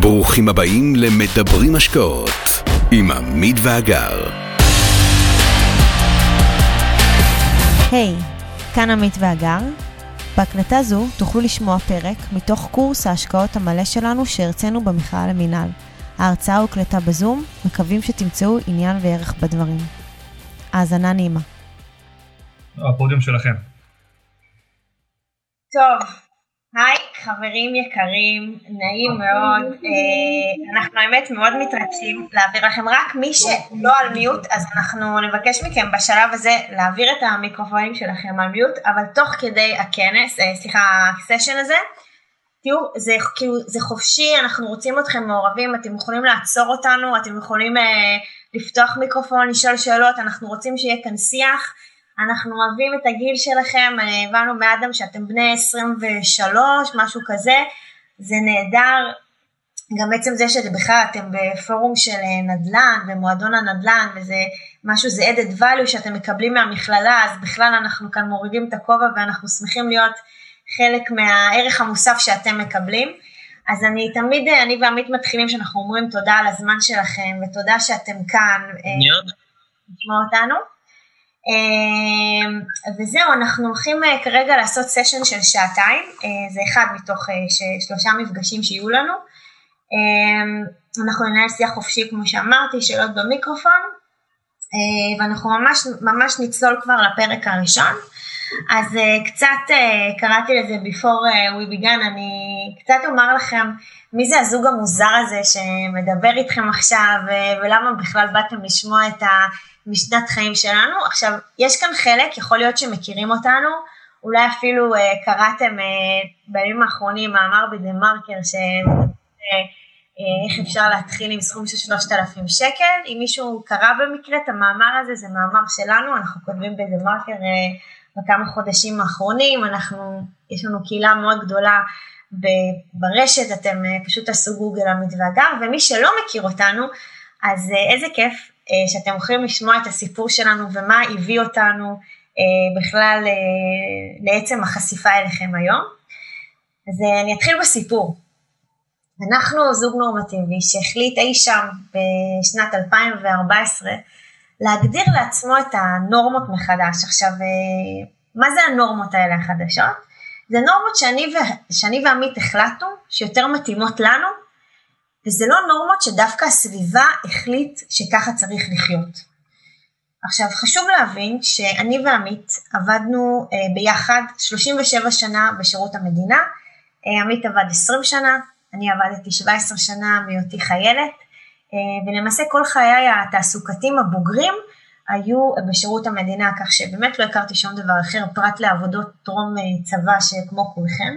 ברוכים הבאים למדברים השקעות עם עמית ואגר. היי, כאן עמית ואגר. בהקלטה זו תוכלו לשמוע פרק מתוך קורס ההשקעות המלא שלנו שהרצינו במכללה למינהל. ההרצאה הוקלטה בזום, מקווים שתמצאו עניין וערך בדברים. האזנה נעימה. הפודיום שלכם. טוב, היי חברים יקרים, נעים מאוד. אנחנו האמת מאוד מתרגשים להעביר לכם, רק מי שלא על מיוט, אז אנחנו נבקש מכם בשלב הזה להעביר את המיקרופונים שלכם על מיוט, אבל תוך כדי הכנס, הסשן הזה, תראו, זה חופשי, אנחנו רוצים אתכם מעורבים, אתם יכולים לעצור אותנו, אתם יכולים לפתוח מיקרופון, לשאול שאלות, אנחנו רוצים שיהיה כאן שיח, אנחנו אוהבים את הגיל שלכם, הבנו מאדם שאתם בני 23, משהו כזה, זה נהדר, גם בעצם זה שבכלל אתם בפורום של נדל"ן, במועדון הנדל"ן, וזה משהו, זה added value שאתם מקבלים מהמכללה, אז בכלל אנחנו כאן מורידים את הכובע, ואנחנו שמחים להיות חלק מהערך המוסף שאתם מקבלים, אז אני ועמית מתחילים שאנחנו אומרים תודה על הזמן שלכם, ותודה שאתם כאן, לשמוע אותנו, וזהו, אנחנו הולכים כרגע לעשות סשן של שעתיים, זה אחד מתוך 3 מפגשים שיהיו לנו, אנחנו ננהל שיח חופשי כמו שאמרתי, שאלות במיקרופון, ואנחנו ממש נצלול כבר לפרק הראשון, אז קצת קראתי לזה before we began, אני קצת אומר לכם מי זה הזוג המוזר הזה שמדבר איתכם עכשיו, ולמה בכלל באתם לשמוע את המשנת חיים שלנו. עכשיו, יש כאן חלק, יכול להיות שמכירים אותנו, אולי אפילו קראתם בימים האחרונים מאמר בדה מרקר, איך אפשר להתחיל עם סכום של 3,000 שקל, אם מישהו קרא במקרה את המאמר הזה, זה מאמר שלנו, אנחנו כותבים בדה מרקר בכמה חודשים האחרונים, יש לנו קהילה מאוד גדולה ברשת, אתם פשוט תעשו גוגל עמית ואגר, ומי שלא מכיר אותנו, אז איזה כיף שאתם יכולים לשמוע את הסיפור שלנו, ומה הביא אותנו בכלל לעצם החשיפה אליכם היום. אז אני אתחיל בסיפור. אנחנו זוג נורמטיבי שהחליט אי שם בשנת 2014, להגדיר לעצמו את הנורמות מחדש. עכשיו, מה זה הנורמות האלה החדשות? זה נורמות שאני ועמית החלטנו שיותר מתאימות לנו, וזה לא נורמות שדווקא הסביבה החליט שככה צריך לחיות. עכשיו, חשוב להבין שאני ועמית עבדנו ביחד 37 שנה בשירות המדינה, עמית עבד 20 שנה, אני עבדתי 17 שנה מהיותי חיילת, ולמעשה כל חיי התעסוקתיים הבוגרים היו בשירות המדינה, כך שבאמת לא הכרתי שום דבר אחר, פרט לעבודות טרום צבא שכמו כולכם.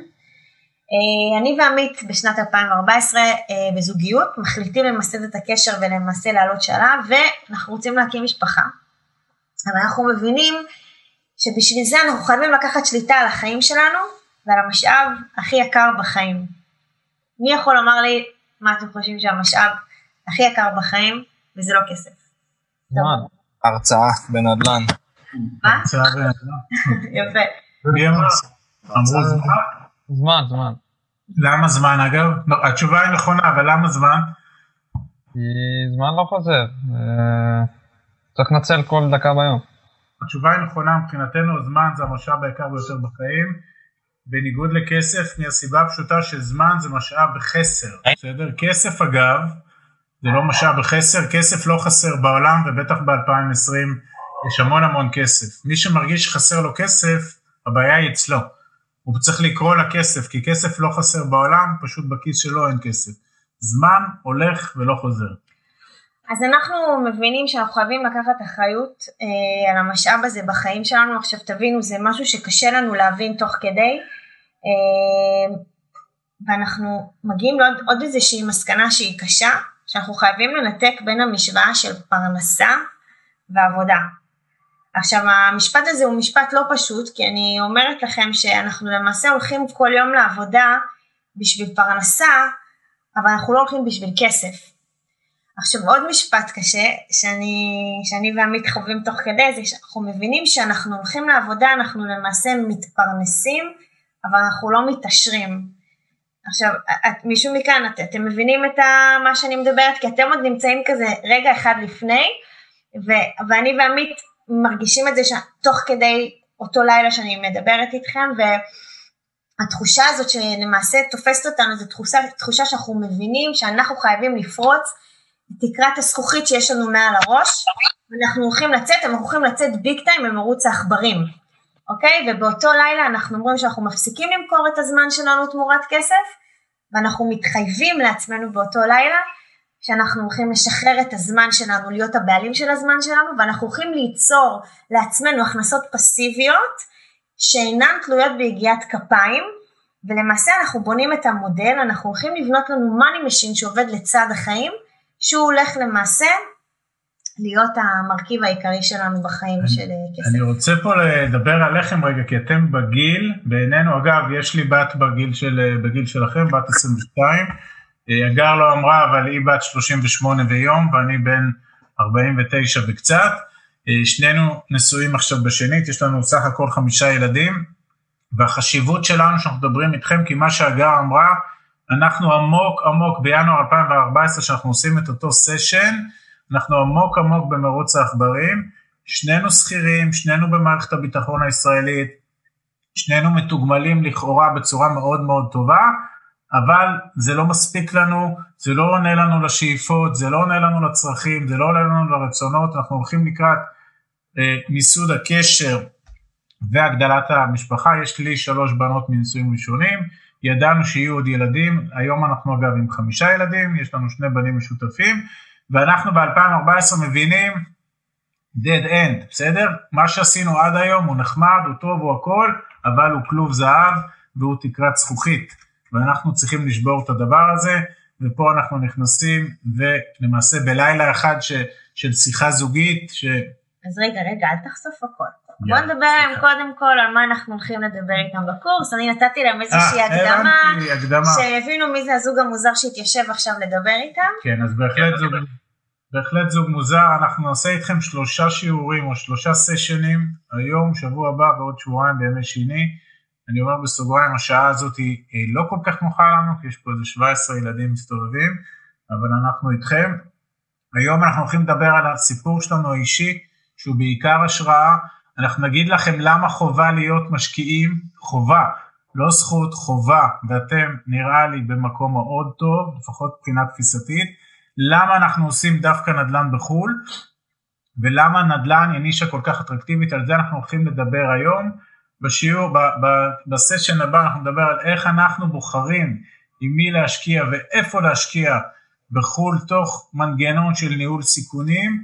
אני ועמית בשנת 2014 בזוגיות, מחליטים למסד את הקשר ולמעשה לעלות שלב, ואנחנו רוצים להקים משפחה. אבל אנחנו מבינים שבשביל זה אנחנו חייבים לקחת שליטה על החיים שלנו, ועל המשאב הכי יקר בחיים. מי יכול לומר לי מה אתם חושבים שהמשאב הכי יקר בחיים, וזה לא כסף? הרצאה בנדל"ן. מה? הרצאה בנדל"ן. יפה. אמרו זמן. למה זמן אגב? התשובה היא נכונה, אבל למה זמן? כי זמן לא חוזר. צריך לנצל כל דקה ביום. התשובה היא נכונה, מבחינתנו זמן זה המשאב היקר ביותר בחיים, בניגוד לכסף, מהסיבה הפשוטה שזמן זה משאב בחסר. בסדר? כסף אגב, זה לא משאב בחסר, כסף לא חסר בעולם, ובטח ב-2020 יש המון כסף. מי שמרגיש שחסר לו כסף, הבעיה היא אצלו. הוא צריך לקרוא לכסף, כי כסף לא חסר בעולם, פשוט בכיס שלו אין כסף. זמן הולך ולא חוזר. אז אנחנו מבינים שאנחנו חייבים לקחת אחריות על המשאב הזה בחיים שלנו. עכשיו תבינו, זה משהו שקשה לנו להבין תוך כדי, ואנחנו מגיעים לעוד איזושהי מסקנה שהיא קשה, שאנחנו חייבים לנתק בין המשוואה של פרנסה ועבודה. עכשיו המשפט הזה הוא משפט לא פשוט, כי אני אומרת לכם שאנחנו למעשה הולכים כל יום לעבודה בשביל פרנסה, אבל אנחנו לא הולכים בשביל כסף. עכשיו עוד משפט קשה שאני ועמית חווים תוך כדי, זה שאנחנו מבינים שאנחנו הולכים לעבודה, אנחנו למעשה מתפרנסים, אבל אנחנו לא מתעשרים. עכשיו, מישהו מכאן, אתם מבינים את מה שאני מדברת? כי אתם עוד נמצאים כזה רגע אחד לפני, ואני ועמית מרגישים את זה תוך כדי אותו לילה שאני מדברת איתכם, והתחושה הזאת שלמעשה תופסת אותנו, זו תחושה שאנחנו מבינים שאנחנו חייבים לפרוץ תקרת הזכוכית שיש לנו מעל הראש, ואנחנו הולכים לצאת ביג טיים במרוץ העכברים, אוקיי? ובאותו לילה אנחנו אומרים שאנחנו מפסיקים למכור את הזמן שלנו תמורת כסף, ואנחנו מתחייבים לעצמנו באותו לילה, שאנחנו הולכים לשחרר את הזמן שלנו, להיות הבעלים של הזמן שלנו, ואנחנו הולכים ליצור לעצמנו הכנסות פסיביות, שאינן תלויות ביגיעת כפיים, ולמעשה אנחנו בונים את המודל, אנחנו הולכים לבנות לנו money machine שעובד לצד החיים, שהוא הולך למעשה להיות המרכיב העיקרי שלנו בחיים של כסף. אני רוצה פה לדבר עליכם רגע, כי אתם בגיל, בעינינו, אגב, יש לי בת בגיל שלכם, בת 22, אגר לא אמרה, אבל היא בת 38 ויום, ואני בן 49 וקצת, שנינו נשואים עכשיו בשנית, יש לנו סך הכל 5 ילדים, והחשיבות שלנו שאנחנו מדברים איתכם, כי מה שאגר אמרה, אנחנו עמוק בינואר 2014, שאנחנו עושים את אותו סשן, אנחנו עמוק במרוץ העכברים, שנינו שכירים, שנינו במערכת הביטחון הישראלית, שנינו מתוגמלים לכאורה בצורה מאוד מאוד טובה, אבל זה לא מספיק לנו, זה לא עונה לנו לשאיפות, זה לא עונה לנו לצרכים, זה לא עונה לנו לרצונות, אנחנו הולכים לקראת מיסוד הקשר והגדלת המשפחה, יש לי 3 בנות מנישואים ראשונים, ידענו שיהיו עוד ילדים, היום אנחנו אגב עם 5 ילדים, יש לנו 2 בנים משותפים, ואנחנו ב-2014 מבינים dead end, בסדר? מה שעשינו עד היום הוא נחמד, הוא טוב, הוא הכל, אבל הוא כלוב זהב והוא תקרת זכוכית, ואנחנו צריכים לשבור את הדבר הזה, ופה אנחנו נכנסים, ולמעשה בלילה אחד של שיחה זוגית, אז רגע, אל תחשוף הכל. בוא נדבר להם קודם כל על מה אנחנו הולכים לדבר איתם בקורס, אני נתתי להם איזושהי הקדמה, שהבינו מי זה הזוג המוזר שהתיישב עכשיו לדבר איתם. כן, אז בהחלט זוג מוזר, אנחנו נעשה איתכם 3 שיעורים או 3 סשנים, היום, שבוע הבא ועוד שבועיים בימי שני, אני אומר בסוגריים, השעה הזאת היא לא כל כך נוחה לנו, כי יש פה איזה 17 ילדים מסתובבים, אבל אנחנו איתכם. היום אנחנו הולכים לדבר על הסיפור שלנו האישי, שהוא בעיקר השראה, אנחנו נגיד לכם למה חובה להיות משקיעים, חובה, לא זכות, חובה, ואתם נראה לי במקום מאוד טוב, לפחות מבחינה תפיסתית, למה אנחנו עושים דווקא נדל"ן בחול, ולמה נדל"ן היא נישה כל כך אטרקטיבית, על זה אנחנו הולכים לדבר היום, בשיעור, בסשן הבא אנחנו נדבר על איך אנחנו בוחרים עם מי להשקיע ואיפה להשקיע בחול, תוך מנגנון של ניהול סיכונים,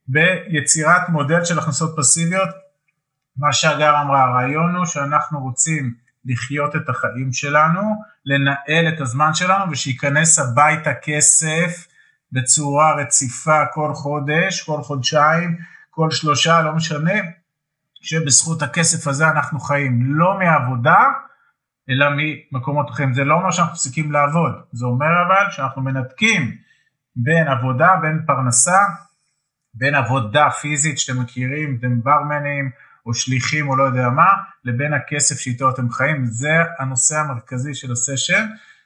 ביצירת מודל של הכנסות פסיביות. מה שאגר אמרה, הרעיון הוא שאנחנו רוצים לחיות את החיים שלנו, לנהל את הזמן שלנו, ושיכנס הביתה כסף בצורה רציפה כל חודש, כל חודשיים, כל 3, לא משנה, שבזכות הכסף הזה אנחנו חיים, לא מעבודה, אלא ממקומות אחרים. זה לא אומר שאנחנו מפסיקים לעבוד, זה אומר אבל שאנחנו מנתקים בין עבודה, בין פרנסה, בין עבודה פיזית שאתם מכירים, אתם ברמנים או שליחים או לא יודע מה, לבין הכסף שאיתו אתם חיים. זה הנושא המרכזי של הסשן,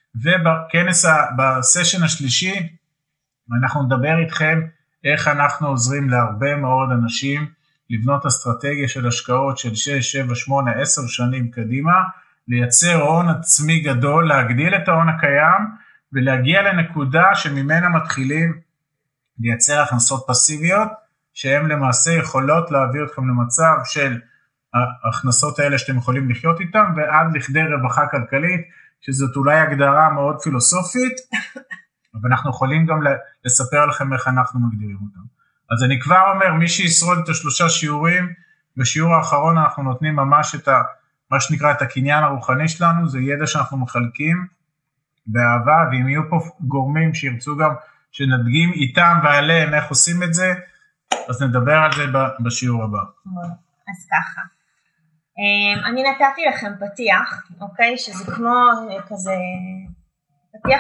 ובכנס, בסשן השלישי, אנחנו נדבר איתכם איך אנחנו עוזרים להרבה מאוד אנשים, לבנות אסטרטגיה של השקעות של 6, 7, 8, 10 שנים קדימה, לייצר הון עצמי גדול, להגדיל את ההון הקיים, ולהגיע לנקודה שממנה מתחילים לייצר הכנסות פסיביות, שהן למעשה יכולות להביא אתכם למצב של ההכנסות האלה שאתם יכולים לחיות איתם, ועד לכדי רווחה כלכלית, שזאת אולי הגדרה מאוד פילוסופית, אבל אנחנו יכולים גם לספר לכם איך אנחנו מגדירים אותם. אז אני כבר אומר, מי שישרוד את 3 שיעורים, בשיעור האחרון אנחנו נותנים ממש את מה שנקרא את הקניין הרוחני שלנו, זה ידע שאנחנו מחלקים באהבה, ואם יהיו פה גורמים שירצו גם שנדגים איתם ועליהם איך עושים את זה, אז נדבר על זה בשיעור הבא. אז ככה, אני נתתי לכם פתיח, אוקיי, שזה כמו כזה פתיח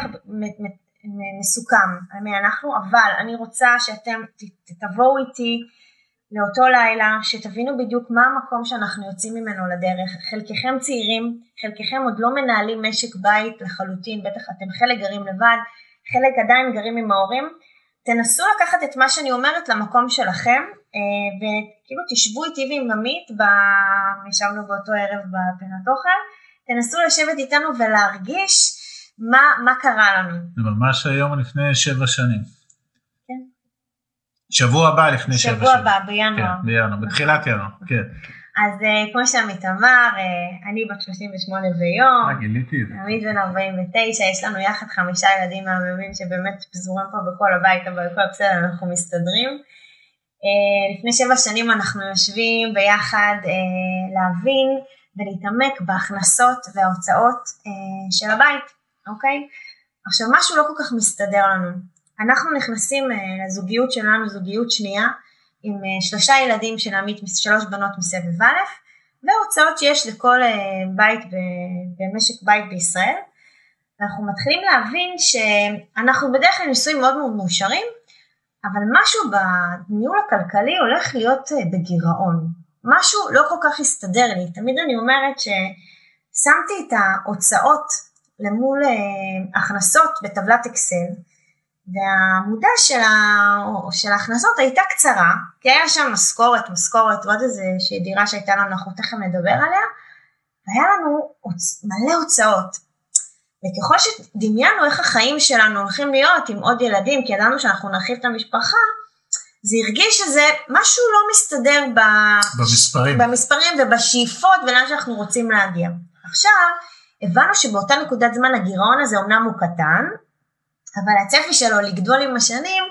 מסוכם על מי אנחנו, אבל אני רוצה שאתם תבואו איתי לאותו לילה, שתבינו בדיוק מה המקום שאנחנו יוצאים ממנו לדרך. חלקכם צעירים, חלקכם עוד לא מנהלים משק בית לחלוטין, בטח אתם חלק גרים לבד, חלק עדיין גרים עם ההורים. תנסו לקחת את מה שאני אומרת למקום שלכם, וכאילו תשבו איתי ועם עמית, ישבנו באותו ערב בפינת אוכל, תנסו לשבת איתנו ולהרגיש מה קרה לנו. זה ממש היום לפני 7 שנים. כן. שבוע הבא לפני 7 שנים. שבוע הבא, בינואר. כן, בינואר, בתחילת ינואר, כן. אז כמו שעמית אמר, אני בת 38 ויום. גיליתי את זה. עמית בן 49, יש לנו יחד 5 ילדים מהממים שבאמת פזורים פה בכל הבית, אבל בכל בסדר אנחנו מסתדרים. לפני 7 שנים אנחנו יושבים ביחד להבין ולהתעמק בהכנסות וההוצאות של הבית, אוקיי? עכשיו משהו לא כל כך מסתדר לנו. אנחנו נכנסים לזוגיות שלנו, זוגיות שנייה, עם 3 ילדים של עמית, 3 בנות מסבב א', והוצאות שיש לכל בית במשק בית בישראל. אנחנו מתחילים להבין שאנחנו בדרך כלל נישואים מאוד מאוד מאושרים, אבל משהו בניהול הכלכלי הולך להיות בגירעון. משהו לא כל כך הסתדר לי. תמיד אני אומרת ששמתי את ההוצאות למול הכנסות בטבלת אקסל, והעמודה של ההכנסות הייתה קצרה, כי היה שם משכורת, ועוד איזושהי דירה שהייתה לנו, אנחנו תכף נדבר עליה, והיה לנו מלא הוצאות. וככל שדמיינו איך החיים שלנו הולכים להיות עם עוד ילדים, כי ידענו שאנחנו נרחיב את המשפחה, זה הרגיש שזה משהו לא מסתדר במספרים ובשאיפות ולאן שאנחנו רוצים להגיע. עכשיו, הבנו שבאותה נקודת זמן הגירעון הזה אומנם הוא קטן, אבל הצפי שלו לגדול עם השנים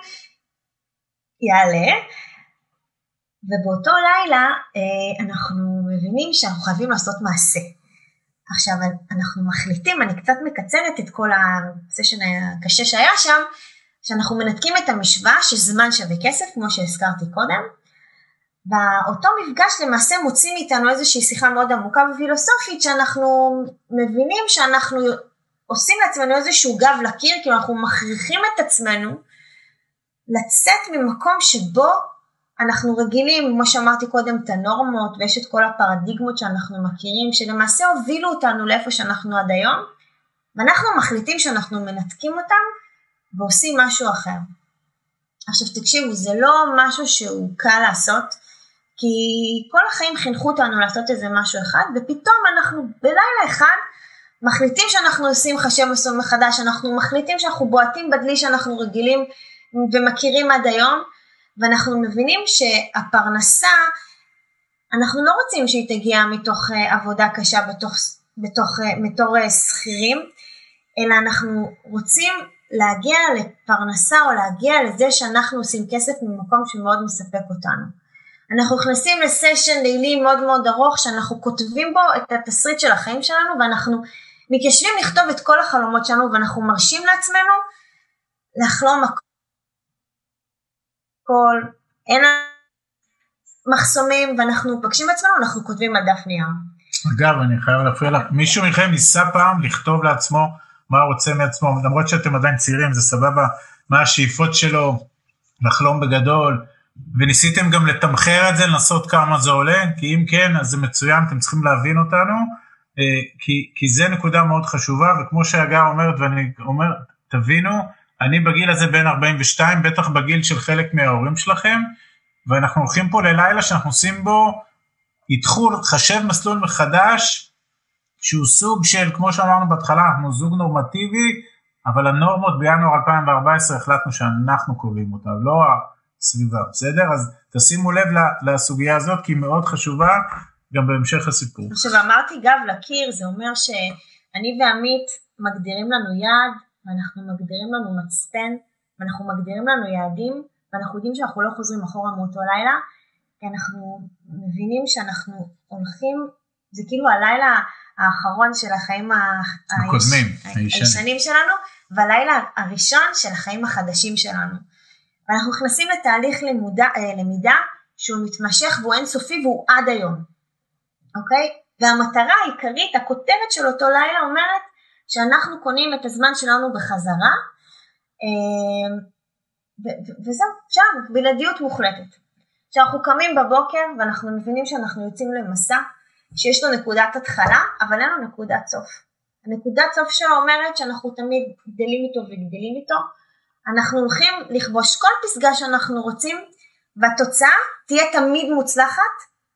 יעלה, ובאותו לילה אנחנו מבינים שאנחנו חייבים לעשות מעשה. עכשיו אנחנו מחליטים, אני קצת מקצרת את כל הסשן הקשה שהיה שם, שאנחנו מנתקים את המשוואה שזמן שווה כסף, כמו שהזכרתי קודם, ואותו מפגש למעשה מוציא מאיתנו איזושהי שיחה מאוד עמוקה ופילוסופית, שאנחנו מבינים שאנחנו עושים לעצמנו איזשהו גב לקיר, כי אנחנו מכריחים את עצמנו לצאת ממקום שבו אנחנו רגילים, כמו שאמרתי קודם, את הנורמות, ויש את כל הפרדיגמות שאנחנו מכירים, שלמעשה הובילו אותנו לאיפה שאנחנו עד היום, ואנחנו מחליטים שאנחנו מנתקים אותם, ועושים משהו אחר. עכשיו תקשיבו, זה לא משהו שהוא קל לעשות, כי כל החיים חינכו אותנו לעשות איזה משהו אחד, ופתאום אנחנו בלילה אחד, מחליטים שאנחנו עושים חשב מסוים מחדש, אנחנו מחליטים שאנחנו בועטים בדלי שאנחנו רגילים ומכירים עד היום, ואנחנו מבינים שהפרנסה, אנחנו לא רוצים שהיא תגיע מתוך עבודה קשה בתור שכירים, אלא אנחנו רוצים להגיע לפרנסה או להגיע לזה שאנחנו עושים כסף ממקום שמאוד מספק אותנו. אנחנו נכנסים לסשן לילי מאוד מאוד ארוך, שאנחנו כותבים בו את התסריט של החיים שלנו, ואנחנו מתיישבים לכתוב את כל החלומות שלנו, ואנחנו מרשים לעצמנו לחלום הכל, אין מחסומים, ואנחנו פגשים בעצמנו, אנחנו כותבים על דף נייר. אגב, אני חייב להפריע לך, מישהו מכם ניסה פעם לכתוב לעצמו מה הוא רוצה מעצמו, למרות שאתם עדיין צעירים, זה סבבה, מה השאיפות שלו, לחלום בגדול, וניסיתם גם לתמחר את זה, לנסות כמה זה עולה, כי אם כן, אז זה מצוין, אתם צריכים להבין אותנו, כי זה נקודה מאוד חשובה, וכמו שהגר אומרת, ואני אומר, תבינו, אני בגיל הזה בין 42, בטח בגיל של חלק מההורים שלכם, ואנחנו הולכים פה ללילה שאנחנו עושים בו, יתחול, חשב מסלול מחדש, שהוא סוג של, כמו שאמרנו בהתחלה, אנחנו זוג נורמטיבי, אבל הנורמות בינואר 2014 החלטנו שאנחנו קובעים אותה, לא הסביבה, בסדר? אז תשימו לב לסוגיה הזאת, כי היא מאוד חשובה, גם בהמשך הסיפור. עכשיו אמרתי גב לקיר, זה אומר שאני ועמית מגדירים לנו יעד, ואנחנו מגדירים לנו מצפן, ואנחנו מגדירים לנו יעדים, ואנחנו יודעים שאנחנו לא חוזרים אחורה מאותו לילה, כי אנחנו מבינים שאנחנו הולכים, זה כאילו הלילה האחרון של החיים הקודמים, הישנים שלנו, והלילה הראשון של החיים החדשים שלנו. ואנחנו נכנסים לתהליך למידה שהוא מתמשך והוא אינסופי והוא עד היום. אוקיי? והמטרה העיקרית, הכותרת של אותו לילה אומרת שאנחנו קונים את הזמן שלנו בחזרה, וזהו, שם, בלעדיות מוחלטת. כשאנחנו קמים בבוקר ואנחנו מבינים שאנחנו יוצאים למסע, שיש לו נקודת התחלה, אבל אין לו נקודת סוף. הנקודת סוף שלו אומרת שאנחנו תמיד גדלים איתו וגדלים איתו, אנחנו הולכים לכבוש כל פסגה שאנחנו רוצים, והתוצאה תהיה תמיד מוצלחת,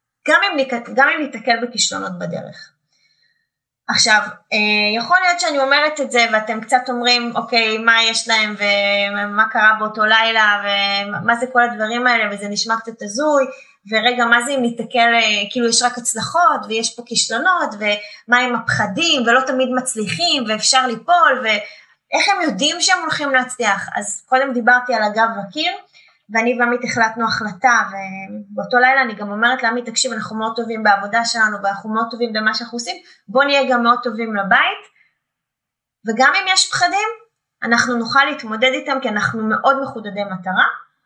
גם אם ניתקל בכישלונות בדרך. עכשיו, יכול להיות שאני אומרת את זה, ואתם קצת אומרים, אוקיי, מה יש להם, ומה קרה באותו לילה, ומה זה כל הדברים האלה, וזה נשמע קצת הזוי, ורגע, מה זה אם ניתקל, כאילו יש רק הצלחות, ויש פה כישלונות, ומה עם הפחדים, ולא תמיד מצליחים, ואפשר ליפול, ואיך הם יודעים שהם הולכים להצליח? אז קודם דיברתי על הגב לקיר, ואני ועמית החלטנו החלטה, ובאותו לילה אני גם אומרת לעמית, תקשיב, אנחנו מאוד טובים בעבודה שלנו, ואנחנו מאוד טובים במה שאנחנו עושים, בוא נהיה גם מאוד טובים לבית, וגם אם יש פחדים, אנחנו נוכל להתמודד איתם, כי אנחנו מאוד מחודדי מטרה,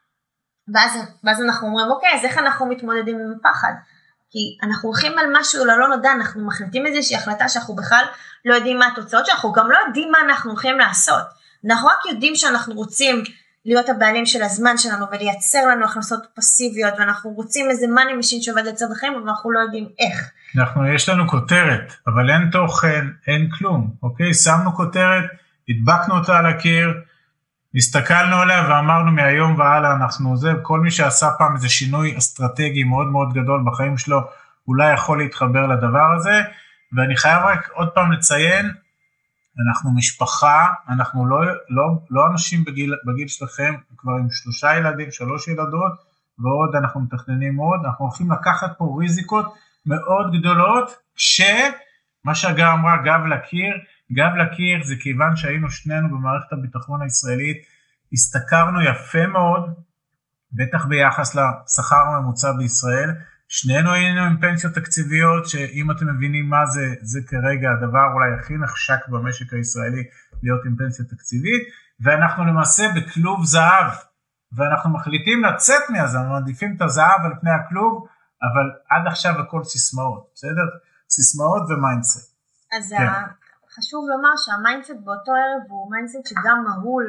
ואז אנחנו אומרים, אוקיי, אז איך אנחנו מתמודדים עם הפחד? כי אנחנו הולכים על משהו ללא נודע, אנחנו מחליטים איזושהי החלטה שאנחנו בכלל לא יודעים מה התוצאות, שאנחנו גם לא יודעים מה אנחנו הולכים לעשות. אנחנו רק יודעים שאנחנו רוצים להיות הבעלים של הזמן שלנו, ולייצר לנו הכנסות פסיביות, ואנחנו רוצים איזה money machine שעובד לצד החיים, אבל אנחנו לא יודעים איך. יש לנו כותרת, אבל אין תוכן, אין כלום, אוקיי? שמנו כותרת, הדבקנו אותה על הקיר, הסתכלנו עליה ואמרנו מהיום והלאה אנחנו זה, כל מי שעשה פעם איזה שינוי אסטרטגי מאוד מאוד גדול בחיים שלו, אולי יכול להתחבר לדבר הזה, ואני חייב רק עוד פעם לציין, אנחנו משפחה, אנחנו לא אנשים בגיל שלכם, כבר עם 3 ילדים, 3 ילדות, ועוד אנחנו מתכננים עוד, אנחנו הולכים לקחת פה ריזיקות מאוד גדולות, מה שהגר אמרה, גב לקיר זה כיוון שהיינו שנינו במערכת הביטחון הישראלית, הסתכרנו יפה מאוד, בטח ביחס לשכר הממוצע בישראל, שנינו היינו עם פנסיות תקציביות, שאם אתם מבינים מה זה, זה כרגע הדבר אולי הכי נחשק במשק הישראלי, להיות עם פנסיה תקציבית, ואנחנו למעשה בכלוב זהב, ואנחנו מחליטים לצאת מזה, מעדיפים את הזהב על פני הכלוב, אבל עד עכשיו הכל סיסמאות, בסדר? סיסמאות ומיינדסט. אז כן. חשוב לומר שהמיינדסט באותו ערב הוא מיינדסט שגם מהול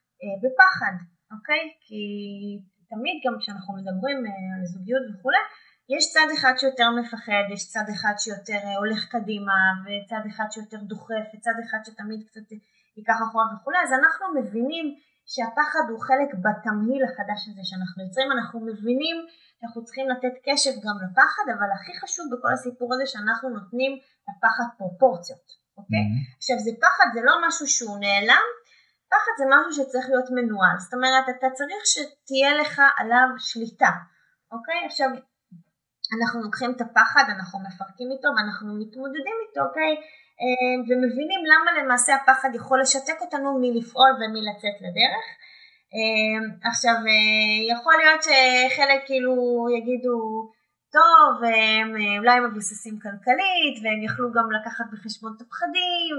בפחד, אוקיי? כי תמיד גם כשאנחנו מדברים על זוגיות וכו', יש צד אחד שיותר מפחד, יש צד אחד שיותר הולך קדימה, וצד אחד שיותר דוחף, וצד אחד שתמיד קצת ייקח אחורה וכו'. אז אנחנו מבינים שהפחד הוא חלק בתמהיל החדש הזה שאנחנו יוצרים, אנחנו מבינים שאנחנו צריכים לתת קשב גם לפחד, אבל הכי חשוב בכל הסיפור הזה שאנחנו נותנים לפחד פרופורציות, אוקיי? עכשיו זה פחד, זה לא משהו שהוא נעלם, פחד זה משהו שצריך להיות מנוהל, זאת אומרת אתה צריך שתהיה לך עליו שליטה, אוקיי? עכשיו אנחנו לוקחים את הפחד, אנחנו מפרקים איתו ואנחנו מתמודדים איתו, אוקיי? ומבינים למה למעשה הפחד יכול לשתק אותנו מלפעול ומלצאת לדרך. עכשיו, יכול להיות שחלק כאילו יגידו, טוב, הם אולי מבוססים כלכלית, והם יכלו גם לקחת בחשבון את הפחדים,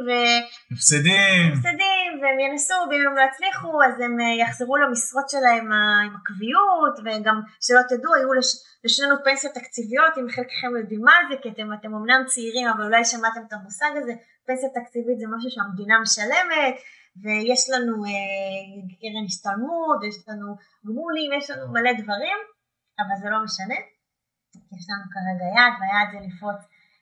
הפסדים, והם ינסו, ואם הם לא הצליחו, אז הם יחזרו למשרות שלהם עם הקביעות, וגם שלא תדעו, היו לשנינו פנסיות תקציביות, אם חלקכם יודעים מה זה, כי אתם אמנם צעירים, אבל אולי שמעתם את המושג הזה, פנסיה תקציבית זה משהו שהמדינה משלמת, ויש לנו קרן השתלמות, יש לנו גמולים, יש לנו מלא דברים, אבל זה לא משנה. יש לנו כרגע יד, והיד זה לפרוץ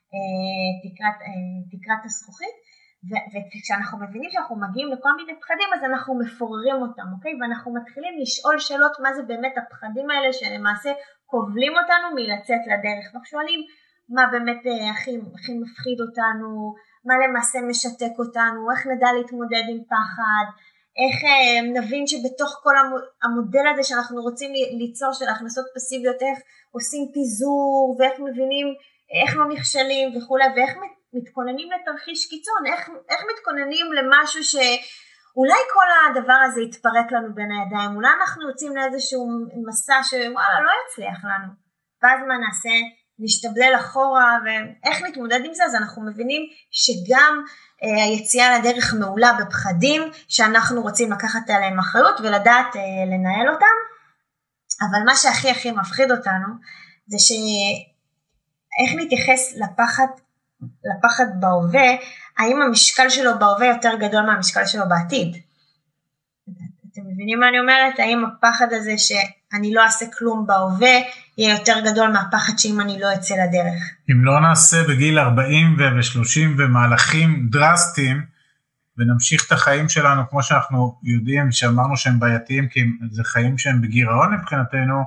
תקרת הזכוכית, וכשאנחנו מבינים שאנחנו מגיעים לכל מיני פחדים, אז אנחנו מפוררים אותם, אוקיי? ואנחנו מתחילים לשאול שאלות מה זה באמת הפחדים האלה, שלמעשה כובלים אותנו מלצאת לדרך, ושואלים מה באמת הכי מפחיד אותנו, מה למעשה משתק אותנו, איך נדע להתמודד עם פחד, איך נבין שבתוך כל המודל הזה שאנחנו רוצים ליצור של הכנסות פסיביות, איך עושים פיזור, ואיך מבינים, איך לא נכשלים וכו', ואיך מתכוננים לתרחיש קיצון, איך מתכוננים למשהו שאולי כל הדבר הזה יתפרק לנו בין הידיים, אולי אנחנו יוצאים לאיזשהו מסע שוואלה לא יצליח לנו, ואז מה נעשה? נשתבלל אחורה, ואיך נתמודד עם זה? אז אנחנו מבינים שגם היציאה לדרך מעולה בפחדים, שאנחנו רוצים לקחת עליהם אחריות, ולדעת לנהל אותם, אבל מה שהכי הכי מפחיד אותנו, זה שאיך נתייחס לפחד בהווה, האם המשקל שלו בהווה יותר גדול מהמשקל שלו בעתיד? אתם מבינים מה אני אומרת? האם הפחד הזה שאני לא אעשה כלום בהווה, יהיה יותר גדול מהפחד שאם אני לא אצא לדרך? אם לא נעשה בגיל 40 ו-30 ומהלכים דרסטיים, ונמשיך את החיים שלנו כמו שאנחנו יודעים, שאמרנו שהם בעייתיים, כי זה חיים שהם בגירעון מבחינתנו,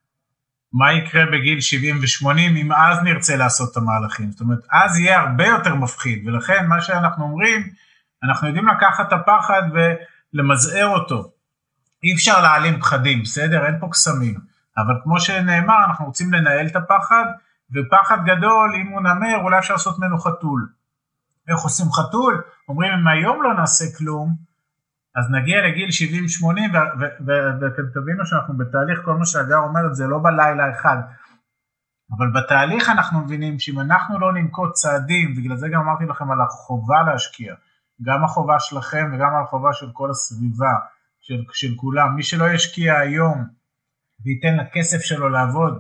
מה יקרה בגיל 70 ו-80 אם אז נרצה לעשות את המהלכים? זאת אומרת, אז יהיה הרבה יותר מפחיד, ולכן מה שאנחנו אומרים, אנחנו יודעים לקחת את הפחד ולמזער אותו. אי אפשר להעלים פחדים, בסדר? אין פה קסמים. אבל כמו שנאמר, אנחנו רוצים לנהל את הפחד, ופחד גדול, אם הוא נמר, אולי אפשר לעשות ממנו חתול. איך עושים חתול? אומרים, אם היום לא נעשה כלום, אז נגיע לגיל 70-80, ואתם תבינו שאנחנו בתהליך, כל מה שהגר אומרת, זה לא בלילה אחד. אבל בתהליך אנחנו מבינים, שאם אנחנו לא ננקוט צעדים, בגלל זה גם אמרתי לכם על החובה להשקיע, גם החובה שלכם וגם על החובה של כל הסביבה, של כולם. מי שלא ישקיע היום, וייתן לכסף שלו לעבוד,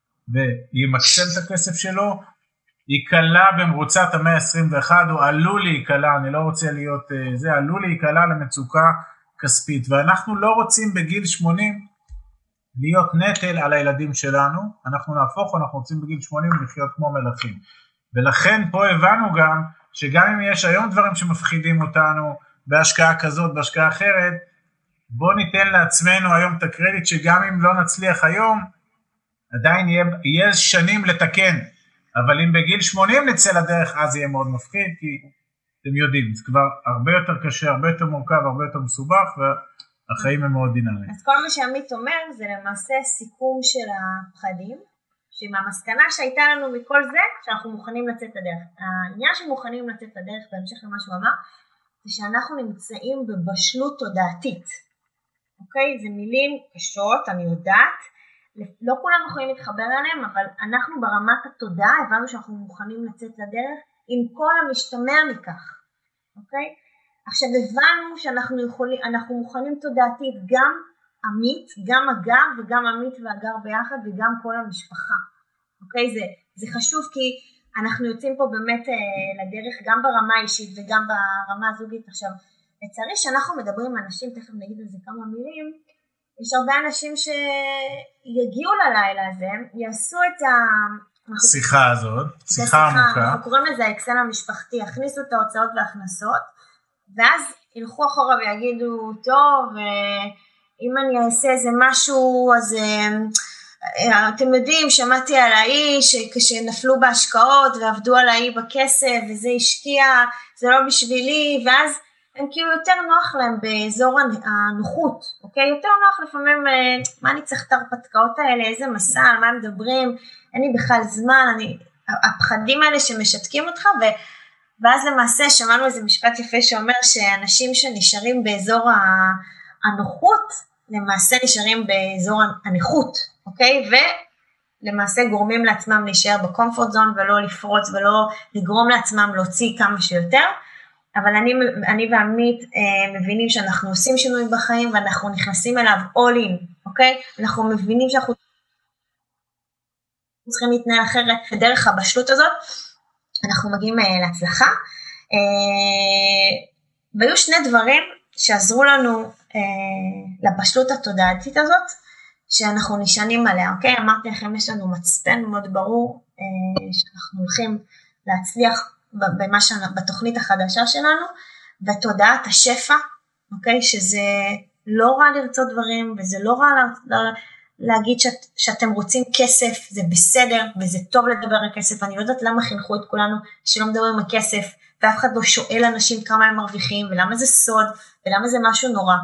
וימקסם את הכסף שלו, ייקלה במרוצת המאה ה-21, או עלול להיקלה, אני לא רוצה להיות זה, עלול להיקלה למצוקה כספית, ואנחנו לא רוצים בגיל 80 להיות נטל על הילדים שלנו, אנחנו נהפוך, אנחנו רוצים בגיל 80 לחיות כמו מלכים, ולכן פה הבנו גם, שגם אם יש היום דברים שמפחידים אותנו, בהשקעה כזאת, בהשקעה אחרת, בוא ניתן לעצמנו היום את הקרדיט, שגם אם לא נצליח היום, עדיין יהיה שנים לתקן, אבל אם בגיל 80 נצא לדרך, אז יהיה מאוד מפחיד, כי אתם יודעים, זה כבר הרבה יותר קשה, הרבה יותר מורכב, הרבה יותר מסובך, והחיים הם מאוד דינמיים. אז כל מה שעמית אומר, זה למעשה סיכום של הפחדים, שעם המסקנה שהייתה לנו מכל זה, שאנחנו מוכנים לצאת לדרך. העניין שמוכנים לצאת לדרך, בהמשך למה שהוא אמר, זה שאנחנו נמצאים בבשלות תודעתית. אוקיי? זה מילים קשות, אני יודעת, לא כולם יכולים להתחבר עליהם, אבל אנחנו ברמת התודעה הבנו שאנחנו מוכנים לצאת לדרך עם כל המשתמע מכך, אוקיי? עכשיו הבנו שאנחנו מוכנים תודעתית, גם עמית, גם אגר וגם עמית ואגר ביחד וגם כל המשפחה, אוקיי? זה חשוב כי אנחנו יוצאים פה באמת לדרך גם ברמה האישית וגם ברמה הזוגית. עכשיו, לצערי שאנחנו מדברים עם אנשים, תכף נגיד על זה כמה מילים, יש הרבה אנשים שיגיעו ללילה הזה, יעשו את השיחה הזאת, שיחה עמוקה. אנחנו קוראים לזה האקסל המשפחתי, יכניסו את ההוצאות וההכנסות, ואז ילכו אחורה ויגידו, טוב, אם אני אעשה איזה משהו, אז אתם יודעים, שמעתי על האיש, כשנפלו בהשקעות ועבדו על האי בכסף, וזה השקיע, זה לא בשבילי, ואז הם כאילו יותר נוח להם באזור הנוחות, אוקיי? יותר נוח לפעמים, מה אני צריך את הרפתקאות האלה, איזה מסע, על מה הם מדברים, אין לי בכלל זמן, הפחדים האלה שמשתקים אותך, ואז למעשה שמענו איזה משפט יפה שאומר שאנשים שנשארים באזור הנוחות, למעשה נשארים באזור הנכות, אוקיי? ולמעשה גורמים לעצמם להישאר בקומפורט זון, ולא לפרוץ, ולא לגרום לעצמם להוציא כמה שיותר, אבל אני ועמית מבינים שאנחנו עושים שינוי בחיים, ואנחנו נכנסים אליו all in, אוקיי? אנחנו מבינים שאנחנו צריכים להתנהל אחרת, ודרך הבשלות הזאת, אנחנו מגיעים להצלחה. והיו שני דברים שעזרו לנו לבשלות התודעתית הזאת, שאנחנו נשענים עליה, אוקיי? אמרתי לכם, יש לנו מצפן מאוד ברור, שאנחנו הולכים להצליח בתוכנית החדשה שלנו, בתודעת השפע, אוקיי? שזה לא רע לרצות דברים, וזה לא רע להגיד שאתם רוצים כסף, זה בסדר, וזה טוב לדבר על כסף. אני לא יודעת למה חינכו את כולנו שלא מדברים על כסף, ואף אחד לא שואל אנשים כמה הם מרוויחים, ולמה זה סוד, ולמה זה משהו נורא.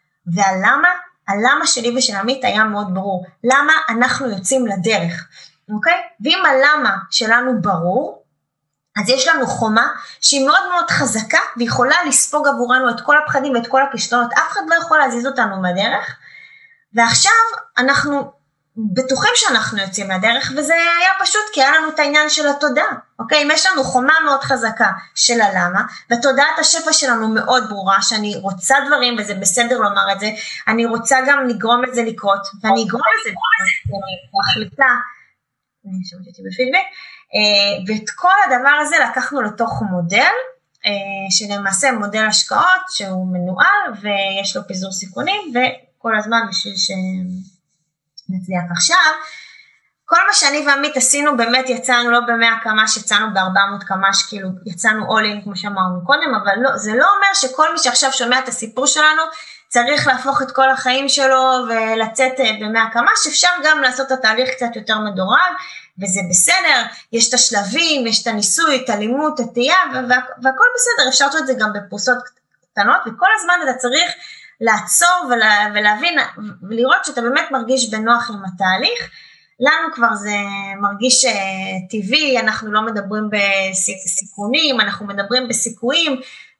הלמה שלי ושל עמית היה מאוד ברור. למה אנחנו יוצאים לדרך, אוקיי? ואם הלמה שלנו ברור, אז יש לנו חומה שהיא מאוד מאוד חזקה, ויכולה לספוג עבורנו את כל הפחדים ואת כל הכישלונות, אף אחד לא יכול להזיז אותנו מהדרך, ועכשיו אנחנו בטוחים שאנחנו יוצאים מהדרך, וזה היה פשוט כי היה לנו את העניין של התודעה, אוקיי? אם יש לנו חומה מאוד חזקה של הלמה, ותודעת השפע שלנו מאוד ברורה, שאני רוצה דברים, וזה בסדר לומר את זה, אני רוצה גם לגרום לזה לקרות, ואני אגרום לזה, אני מחליטה, אני שומעת אותי בפידבק, ואת כל הדבר הזה לקחנו לתוך מודל, שלמעשה מודל השקעות שהוא מנוהל ויש לו פיזור סיכונים וכל הזמן בשביל שנצליח עכשיו. כל מה שאני ועמית עשינו באמת יצאנו לא ב100 קמ"ש, יצאנו ב400 קמ"ש, כאילו יצאנו all in כמו שאמרנו קודם, אבל לא, זה לא אומר שכל מי שעכשיו שומע את הסיפור שלנו צריך להפוך את כל החיים שלו ולצאת ב100 קמ"ש, אפשר גם לעשות את התהליך קצת יותר מדורג, וזה בסדר, יש את השלבים, יש את הניסוי, את הלימוד, את התהייה, והכל בסדר, אפשר לעשות את זה גם בפרוסות קטנות, וכל הזמן אתה צריך לעצור ולהבין, ולראות שאתה באמת מרגיש בנוח עם התהליך. לנו כבר זה מרגיש טבעי, אנחנו לא מדברים בסיכונים, אנחנו מדברים בסיכויים,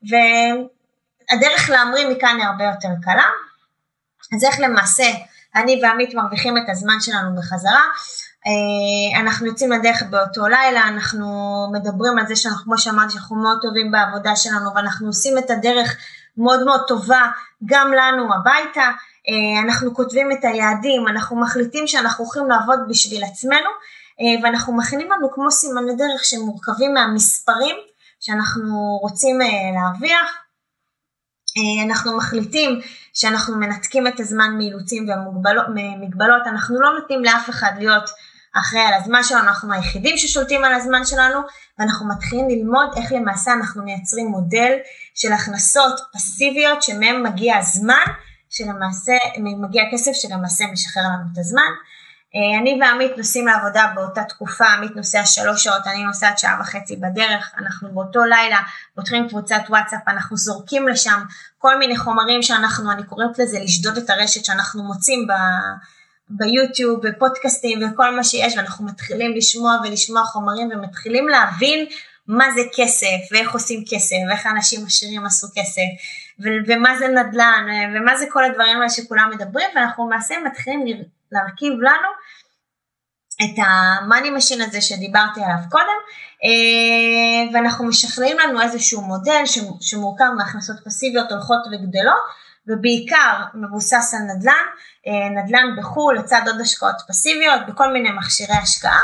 והדרך להמריא מכאן היא הרבה יותר קלה. אז איך למעשה אני ועמית מרוויחים את הזמן שלנו בחזרה, אנחנו יוצאים לדרך באותו לילה, אנחנו מדברים על זה שאנחנו, כמו שאמרתי, שאנחנו מאוד טובים בעבודה שלנו, ואנחנו עושים את הדרך מאוד מאוד טובה, גם לנו הביתה, אנחנו כותבים את היעדים, אנחנו מחליטים שאנחנו הולכים לעבוד בשביל עצמנו, ואנחנו מכינים לנו כמו סימני דרך שמורכבים מהמספרים שאנחנו רוצים להרוויח, אנחנו מחליטים שאנחנו מנתקים את הזמן מאילוצים ומגבלות, אנחנו לא נותנים לאף אחד להיות אחרי על הזמן שלנו, אנחנו היחידים ששולטים על הזמן שלנו, ואנחנו מתחילים ללמוד איך למעשה אנחנו מייצרים מודל של הכנסות פסיביות, שמהם מגיע הזמן, שלמעשה מגיע כסף שלמעשה משחרר לנו את הזמן. אני ועמית נוסעים לעבודה באותה תקופה, עמית נוסע 3 שעות, אני נוסעת 1.5 שעות בדרך, אנחנו באותו לילה פותחים קבוצת וואטסאפ, אנחנו זורקים לשם כל מיני חומרים שאנחנו, אני קוראת לזה לשדוד את הרשת שאנחנו מוצאים ביוטיוב, בפודקאסטים וכל מה שיש, ואנחנו מתחילים לשמוע חומרים ומתחילים להבין מה זה כסף, ואיך עושים כסף, ואיך האנשים עשירים עשו כסף, ומה זה נדל"ן, ומה זה כל הדברים האלה שכולם מדברים, ואנחנו למעשה מתחילים להרכיב לנו את המאני משין הזה שדיברתי עליו קודם, ואנחנו משכללים לנו איזשהו מודל שמורכב מהכנסות פסיביות הולכות וגדלות, ובעיקר מבוסס על נדל"ן בחול, לצד עוד השקעות פסיביות, בכל מיני מכשירי השקעה,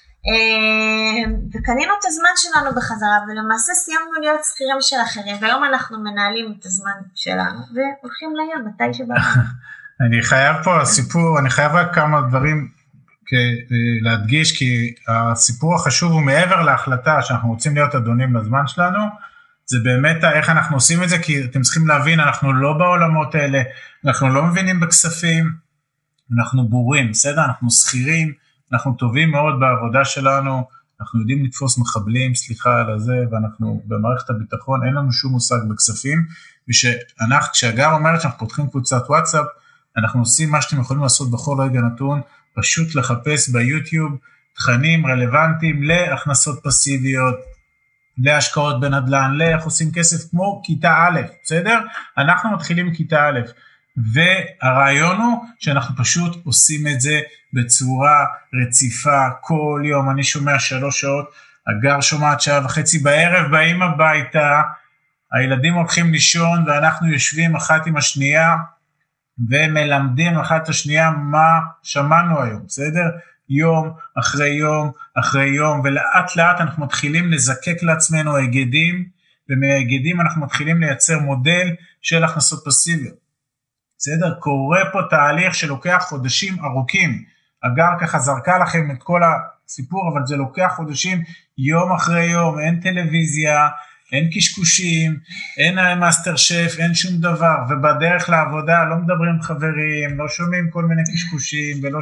וקנינו את הזמן שלנו בחזרה, ולמעשה סיימנו להיות שכירים של אחרים, והיום אנחנו מנהלים את הזמן שלנו, והולכים לים, מתי שבאנו. אני חייב פה סיפור, אני חייב רק כמה דברים להדגיש, כי הסיפור החשוב הוא מעבר להחלטה שאנחנו רוצים להיות אדונים לזמן שלנו, זה באמת איך אנחנו עושים את זה, כי אתם צריכים להבין, אנחנו לא בעולמות האלה, אנחנו לא מבינים בכספים, אנחנו בורים, בסדר? אנחנו שכירים, אנחנו טובים מאוד בעבודה שלנו, אנחנו יודעים לתפוס מחבלים, סליחה על זה, ואנחנו במערכת הביטחון, אין לנו שום מושג בכספים, כשהגר אומרת שאנחנו פותחים קבוצת וואטסאפ, אנחנו עושים מה שאתם יכולים לעשות בכל רגע נתון, פשוט לחפש ביוטיוב תכנים רלוונטיים להכנסות פסיביות, להשקעות בנדל"ן, לאיך עושים כסף כמו כיתה א', בסדר? אנחנו מתחילים כיתה א', והרעיון הוא שאנחנו פשוט עושים את זה בצורה רציפה כל יום. אני שומע 3 שעות, הגר שומעת 1.5 בערב, באים הביתה, הילדים הולכים לישון ואנחנו יושבים אחת עם השנייה ומלמדים אחת את השנייה מה שמענו היום, בסדר? יום אחרי יום אחרי יום, ולאט לאט אנחנו מתחילים לזקק לעצמנו היגדים, ומהיגדים אנחנו מתחילים לייצר מודל של הכנסות פסיביות. בסדר? קורה פה תהליך שלוקח חודשים ארוכים, הגר ככה זרקה לכם את כל הסיפור, אבל זה לוקח חודשים, יום אחרי יום, אין טלוויזיה, אין קשקושים, אין מאסטר שף, אין שום דבר, ובדרך לעבודה לא מדברים עם חברים, לא שומעים כל מיני קשקושים, ולא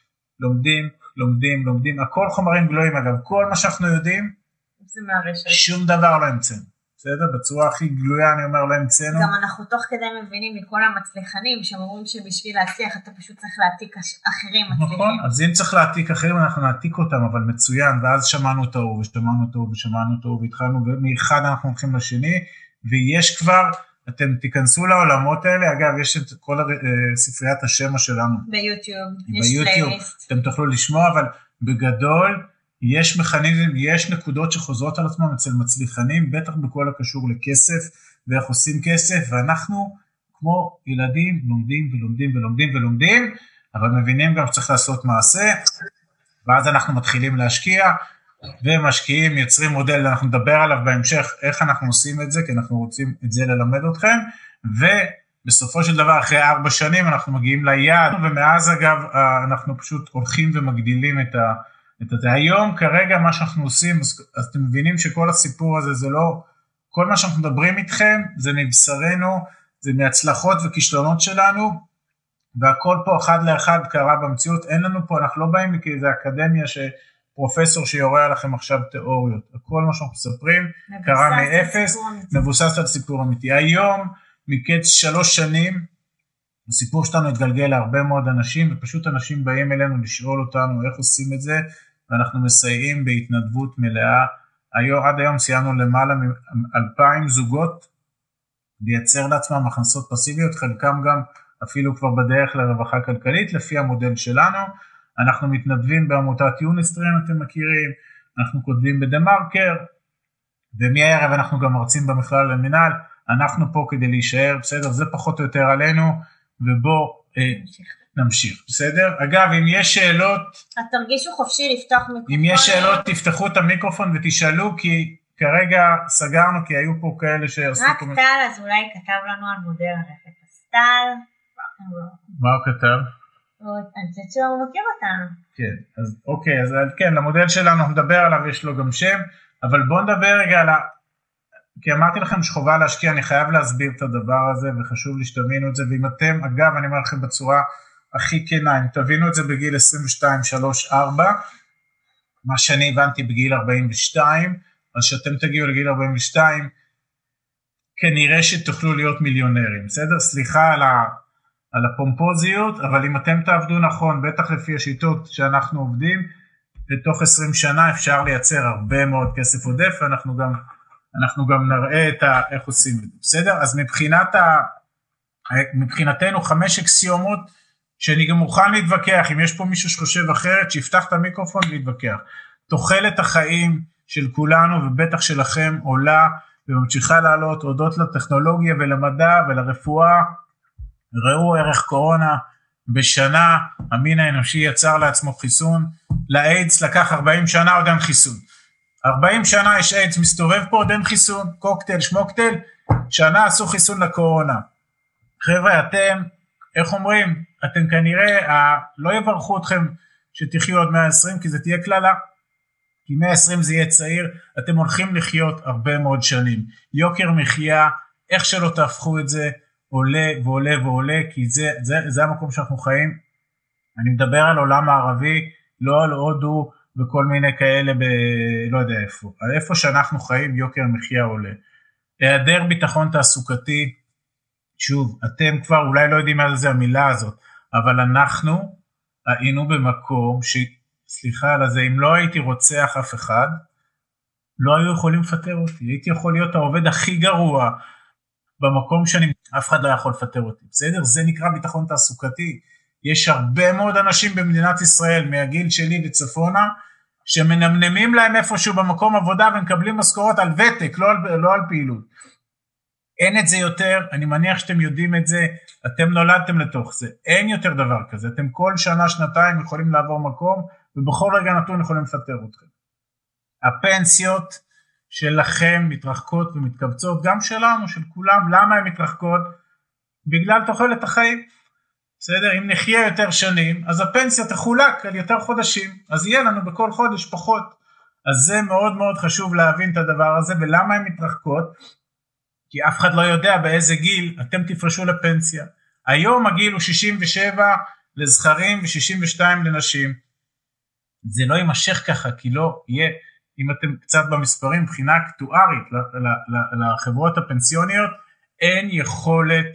לומדים, הכל חומרים גלויים, אגב, כל מה שאנחנו יודעים, שום דבר לא המצאנו. בסדר? בצורה הכי גלויה אני אומר לא המצאנו. גם אנחנו תוך כדי מבינים מכל המצליחנים שאומרים שבשביל להצליח אתה פשוט צריך להעתיק אחרים מצליחים. נכון, אז אם צריך להעתיק אחרים אנחנו נעתיק אותם, אבל מצוין, ואז שמענו את ההוא ושמענו את ההוא והתחלנו, ומאחד אנחנו הולכים לשני, ויש כבר, אתם תיכנסו לעולמות האלה, אגב יש את כל ספריית השמה שלנו. ביוטיוב, אתם תוכלו לשמוע, אבל בגדול, יש מכניזם, יש נקודות שחוזרות על עצמם אצל מצליחנים, בטח בכל הקשור לכסף, ואיך עושים כסף, ואנחנו כמו ילדים לומדים, אבל מבינים גם שצריך לעשות מעשה, ואז אנחנו מתחילים להשקיע, ומשקיעים יוצרים מודל, אנחנו נדבר עליו בהמשך, איך אנחנו עושים את זה, כי אנחנו רוצים את זה ללמד אתכם, ובסופו של דבר אחרי 4 שנים אנחנו מגיעים ליעד, ומאז אגב אנחנו פשוט הולכים ומגדילים את זה. היום כרגע מה שאנחנו עושים, אז אתם מבינים שכל הסיפור הזה זה לא, כל מה שאנחנו מדברים איתכם זה מבשרנו, זה מהצלחות וכישלונות שלנו, והכל פה אחד לאחד קרה במציאות, אין לנו פה, אנחנו לא באים כי זה אקדמיה פרופסור שיורה עליכם עכשיו תיאוריות, כל מה שאנחנו מספרים קרה מאפס, מבוסס על סיפור אמיתי. היום מקץ 3 שנים, הסיפור שלנו התגלגל להרבה מאוד אנשים, ופשוט אנשים באים אלינו לשאול אותנו איך עושים את זה, ואנחנו מסייעים בהתנדבות מלאה. עד היום סיימנו למעלה מ-2,000 זוגות, לייצר לעצמם הכנסות פסיביות, חלקם גם אפילו כבר בדרך לרווחה כלכלית, לפי המודל שלנו. אנחנו מתנדבים בעמותת יוניסטרים, אתם מכירים, אנחנו כותבים בדמרקר, ומהערב אנחנו גם מרצים במכללה למינהל, אנחנו פה כדי להישאר, בסדר, זה פחות או יותר עלינו, ובוא נמשיך, בסדר? אגב, אם יש שאלות, תרגישו חופשי לפתוח מיקרופון. אם יש שאלות, תפתחו את המיקרופון ותשאלו, כי כרגע סגרנו, כי היו פה כאלה שעשו... רק טל, אז אולי כתב לנו על מודל הרכב הסטל. מה הוא כתב? אני חושבת שהוא מכיר אותנו. כן, אז אוקיי, אז כן, למודל שלנו נדבר עליו, יש לו גם שם, אבל בואו נדבר רגע על כי אמרתי לכם שחובה להשקיע, אני חייב להסביר את הדבר הזה, וחשוב לי שתבינו את זה, ואם אתם, אגב, אני אומר לכם בצורה הכי כנה, אם תבינו את זה בגיל 22, 3, 4, מה שאני הבנתי בגיל 42, אז שאתם תגיעו לגיל 42, כנראה שתוכלו להיות מיליונרים, בסדר? סליחה על הפומפוזיות, אבל אם אתם תעבדו נכון, בטח לפי השיטות שאנחנו עובדים, בתוך 20 שנה אפשר לייצר הרבה מאוד כסף עודף, ואנחנו גם נראה איך עושים את זה, בסדר? אז מבחינתנו 5 אקסיומות, שאני גם מוכן להתווכח, אם יש פה מישהו שחושב אחרת, שיפתח את המיקרופון ולהתווכח. תוחלת החיים של כולנו, ובטח שלכם, עולה, וממשיכה לעלות, הודות לטכנולוגיה ולמדע ולרפואה. ראו ערך קורונה, בשנה המין האנושי יצר לעצמו חיסון, לאיידס לקח 40 שנה עוד אין חיסון. 40 שנה יש איידס מסתובב פה עוד אין חיסון, קוקטייל, שמוקטייל, שנה עשו חיסון לקורונה. חבר'ה, אתם, איך אומרים, אתם כנראה, לא יברכו אתכם שתחיו עוד 120, כי זה תהיה כללה, כי 120 זה יהיה צעיר, אתם הולכים לחיות הרבה מאוד שנים. יוקר מחיה, איך שלא תהפכו את זה, עולה ועולה ועולה, כי זה המקום שאנחנו חיים. אני מדבר על עולם הערבי, לא על הודו וכל מיני כאלה לא יודע איפה. איפה שאנחנו חיים, יוקר מחיה עולה. היעדר ביטחון תעסוקתי, שוב, אתם כבר אולי לא יודעים מה זה המילה הזאת, אבל אנחנו היינו במקום סליחה על זה, אם לא הייתי רוצח אף אחד, לא היו יכולים לפטר אותי. הייתי יכול להיות העובד הכי גרוע במקום אף אחד לא יכול לפטר אותי. בסדר? זה נקרא ביטחון תעסוקתי. יש הרבה מאוד אנשים במדינת ישראל, מהגיל שלי וצפונה, שמנמנמים להם איפשהו במקום עבודה, ומקבלים משכורות על ותק, לא על פעילות. אין את זה יותר, אני מניח שאתם יודעים את זה, אתם נולדתם לתוך זה. אין יותר דבר כזה. אתם כל שנה, שנתיים יכולים לעבור מקום, ובכל רגע נתון יכולים לפטר אתכם. הפנסיות שלכם מתרחקות ומתכווצות, גם שלנו, של כולם. למה הן מתרחקות? בגלל תוחלת החיים. בסדר? אם נחיה יותר שנים, אז הפנסיה תחולק על יותר חודשים, אז יהיה לנו בכל חודש פחות. אז זה מאוד מאוד חשוב להבין את הדבר הזה, ולמה הן מתרחקות? כי אף אחד לא יודע באיזה גיל אתם תפרשו לפנסיה. היום הגיל הוא 67 לזכרים ו62 לנשים. זה לא יימשך ככה, כי לא יהיה, אם אתם קצת במספרים, מבחינה אקטוארית לחברות הפנסיוניות, אין יכולת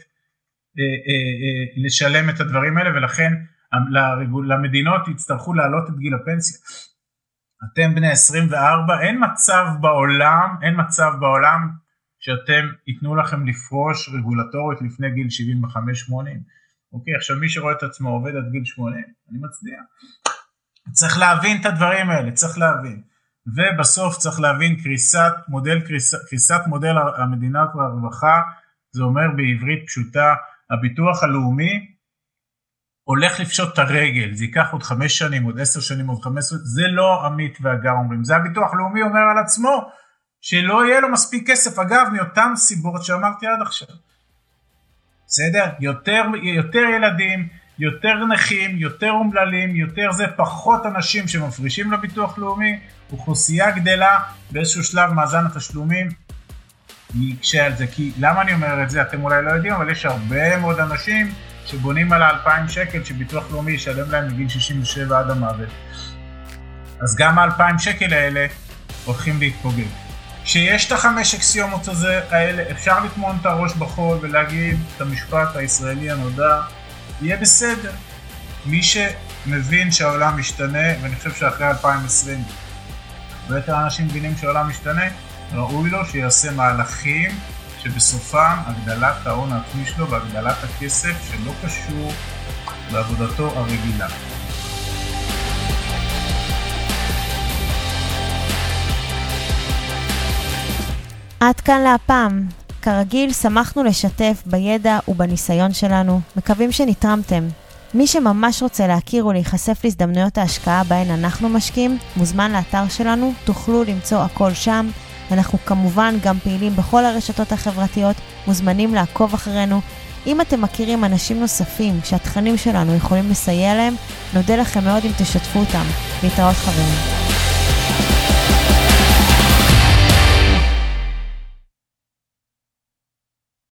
לשלם את הדברים האלה, ולכן למדינות יצטרכו להעלות את גיל הפנסיה. אתם בני 24, אין מצב בעולם שאתם ייתנו לכם לפרוש רגולטורית לפני גיל 75-80. אוקיי, עכשיו מי שרואה את עצמו עובד עד גיל 80, אני מצדיע. צריך להבין את הדברים האלה, צריך להבין. ובסוף צריך להבין קריסת מודל המדינה והרווחה, זה אומר בעברית פשוטה, הביטוח הלאומי הולך לפשוט את הרגל, זה ייקח עוד 5 שנים, עוד 10 שנים, עוד 15, זה לא עמית ואגר אומרים, זה הביטוח לאומי אומר על עצמו, שלא יהיה לו מספיק כסף, אגב, מאותם סיבות שאמרתי עד עכשיו. בסדר? יותר ילדים, יותר נכים, יותר אומללים, יותר זה, פחות אנשים שמפרישים לביטוח לאומי, אוכלוסייה גדלה, באיזשהו שלב מאזן התשלומים, יקשה על זה, כי למה אני אומר את זה? אתם אולי לא יודעים, אבל יש הרבה מאוד אנשים שבונים על 2,000 שקל שביטוח לאומי ישלם להם מגיל 67 עד המוות. אז גם 2,000 שקל האלה הולכים להתפוגג. כשיש את 5 אקסיומות האלה, אפשר לטמון את הראש בחול ולהגיד את המשפט הישראלי הנודע, יהיה בסדר. מי שמבין שהעולם משתנה, ואני חושב שאחרי 2020, ויותר אנשים מבינים שהעולם משתנה, ראוי לו שיעשה מהלכים שבסופם הגדלת ההון העצמי שלו והגדלת הכסף שלא קשור לעבודתו הרגילה. עד כאן להפעם. כרגיל שמחנו לשתף בידע ובניסיון שלנו, מקווים שנתרמתם. מי שממש רוצה להכיר ולהיחשף להזדמנויות ההשקעה בהן אנחנו משקיעים, מוזמן לאתר שלנו, תוכלו למצוא הכל שם. אנחנו כמובן גם פעילים בכל הרשתות החברתיות, מוזמנים לעקוב אחרינו. אם אתם מכירים אנשים נוספים שהתכנים שלנו יכולים לסייע להם, נודה לכם מאוד אם תשתפו אותם. להתראות חברים.